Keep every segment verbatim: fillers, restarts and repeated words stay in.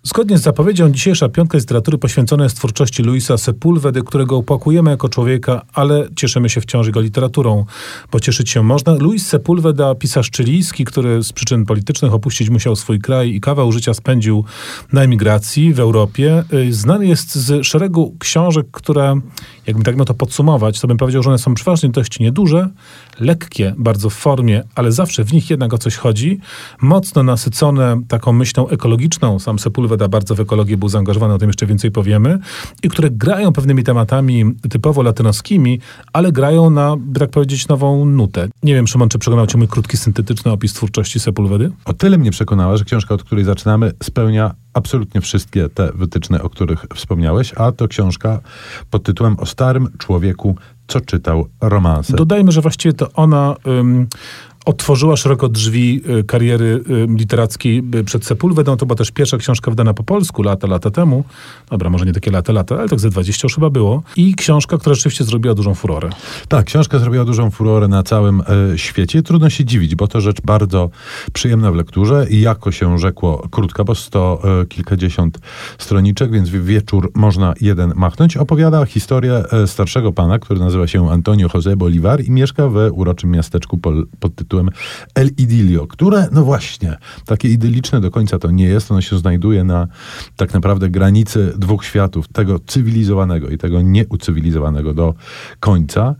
Zgodnie z zapowiedzią dzisiejsza piątka literatury poświęcona jest twórczości Luisa Sepulvedy, którego upłakujemy jako człowieka, ale cieszymy się wciąż jego literaturą, bo cieszyć się można. Luis Sepulveda, pisarz chilijski, który z przyczyn politycznych opuścić musiał swój kraj i kawał życia spędził na emigracji w Europie. Znany jest z szeregu książek, które, jakbym tak miał to podsumować, to bym powiedział, że one są przeważnie dość nieduże, lekkie bardzo w formie, ale zawsze w nich jednak o coś chodzi, mocno nasycone taką myślą ekologiczną. Sam Sepulveda bardzo w ekologię był zaangażowany, o tym jeszcze więcej powiemy, i które grają pewnymi tematami typowo latynoskimi, ale grają na, by tak powiedzieć, nową nutę. Nie wiem, Szymon, czy przekonał cię mój krótki, syntetyczny opis twórczości Sepulvedy? O tyle mnie przekonała, że książka, od której zaczynamy, spełnia absolutnie wszystkie te wytyczne, o których wspomniałeś, a to książka pod tytułem O starym człowieku, co czytał romanse. Dodajmy, że właściwie to ona um, otworzyła szeroko drzwi y, kariery y, literackiej y, przed Sepulvedą. To była też pierwsza książka wydana po polsku lata, lata temu. Dobra, może nie takie lata, lata, ale tak ze dwadzieścia już chyba było. I książka, która rzeczywiście zrobiła dużą furorę. Tak, książka zrobiła dużą furorę na całym e, świecie. Trudno się dziwić, bo to rzecz bardzo przyjemna w lekturze i jako się rzekło krótka, bo sto e, kilkadziesiąt stroniczek, więc w wieczór można jeden machnąć. Opowiada historię e, starszego pana, który nazywa się Antonio José Bolívar i mieszka w uroczym miasteczku pol, pod tytułem El Idilio, które, no właśnie, takie idyliczne do końca to nie jest. Ono się znajduje na tak naprawdę granicy dwóch światów, tego cywilizowanego i tego nieucywilizowanego do końca.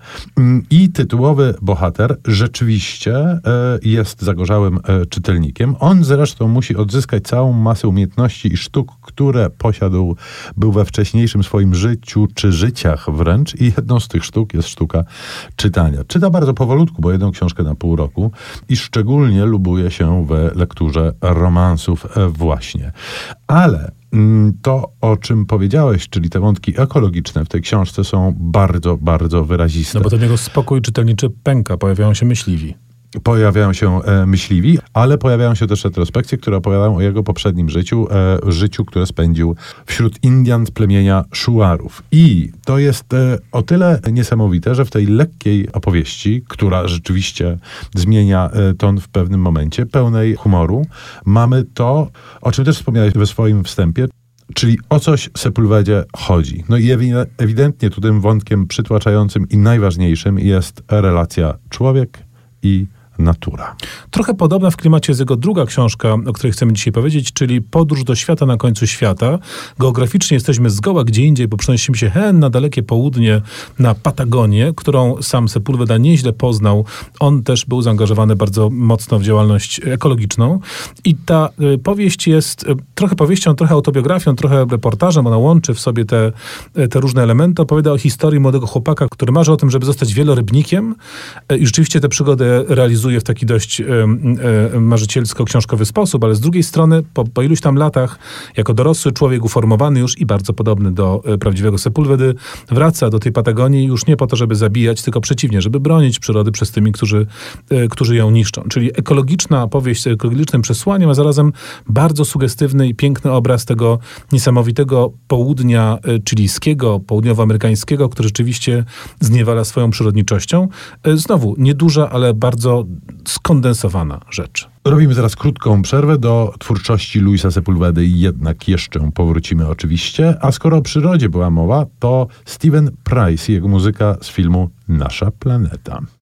I tytułowy bohater rzeczywiście e, jest zagorzałym e, czytelnikiem. On zresztą musi odzyskać całą masę umiejętności i sztuk, które posiadł, był we wcześniejszym swoim życiu, czy życiach wręcz. I jedną z tych sztuk jest sztuka czytania. Czyta bardzo powolutku, bo jedną książkę na pół roku i szczególnie lubuje się w lekturze romansów właśnie. Ale to, o czym powiedziałeś, czyli te wątki ekologiczne w tej książce są bardzo, bardzo wyraziste. No bo to niego spokój czytelniczy pęka, pojawiają się myśliwi. Pojawiają się e, myśliwi, ale pojawiają się też retrospekcje, które opowiadają o jego poprzednim życiu, e, życiu, które spędził wśród Indian z plemienia Shuarów. I to jest e, o tyle niesamowite, że w tej lekkiej opowieści, która rzeczywiście zmienia e, ton w pewnym momencie, pełnej humoru, mamy to, o czym też wspomniałeś we swoim wstępie, czyli o coś Sepulvedzie chodzi. No i ewidentnie tu tym wątkiem przytłaczającym i najważniejszym jest relacja człowiek i natura. Trochę podobna w klimacie jest jego druga książka, o której chcemy dzisiaj powiedzieć, czyli Podróż do świata na końcu świata. Geograficznie jesteśmy zgoła gdzie indziej, bo przenosimy się hen na dalekie południe, na Patagonię, którą sam Sepulveda nieźle poznał. On też był zaangażowany bardzo mocno w działalność ekologiczną. I ta y, powieść jest y, trochę powieścią, trochę autobiografią, trochę reportażem. Ona łączy w sobie te, y, te różne elementy. Opowiada o historii młodego chłopaka, który marzy o tym, żeby zostać wielorybnikiem y, i rzeczywiście tę przygodę realizuje w taki dość e, e, marzycielsko-książkowy sposób, ale z drugiej strony po, po iluś tam latach jako dorosły człowiek uformowany już i bardzo podobny do e, prawdziwego Sepulvedy wraca do tej Patagonii już nie po to, żeby zabijać, tylko przeciwnie, żeby bronić przyrody przez tymi, którzy, e, którzy ją niszczą. Czyli ekologiczna powieść z ekologicznym przesłaniem, a zarazem bardzo sugestywny i piękny obraz tego niesamowitego południa e, chilijskiego, południowoamerykańskiego, który rzeczywiście zniewala swoją przyrodniczością. E, znowu, nieduża, ale bardzo skondensowana rzecz. Robimy zaraz krótką przerwę do twórczości Luisa Sepulvedy i jednak jeszcze powrócimy oczywiście. A skoro o przyrodzie była mowa, to Steven Price i jego muzyka z filmu Nasza planeta.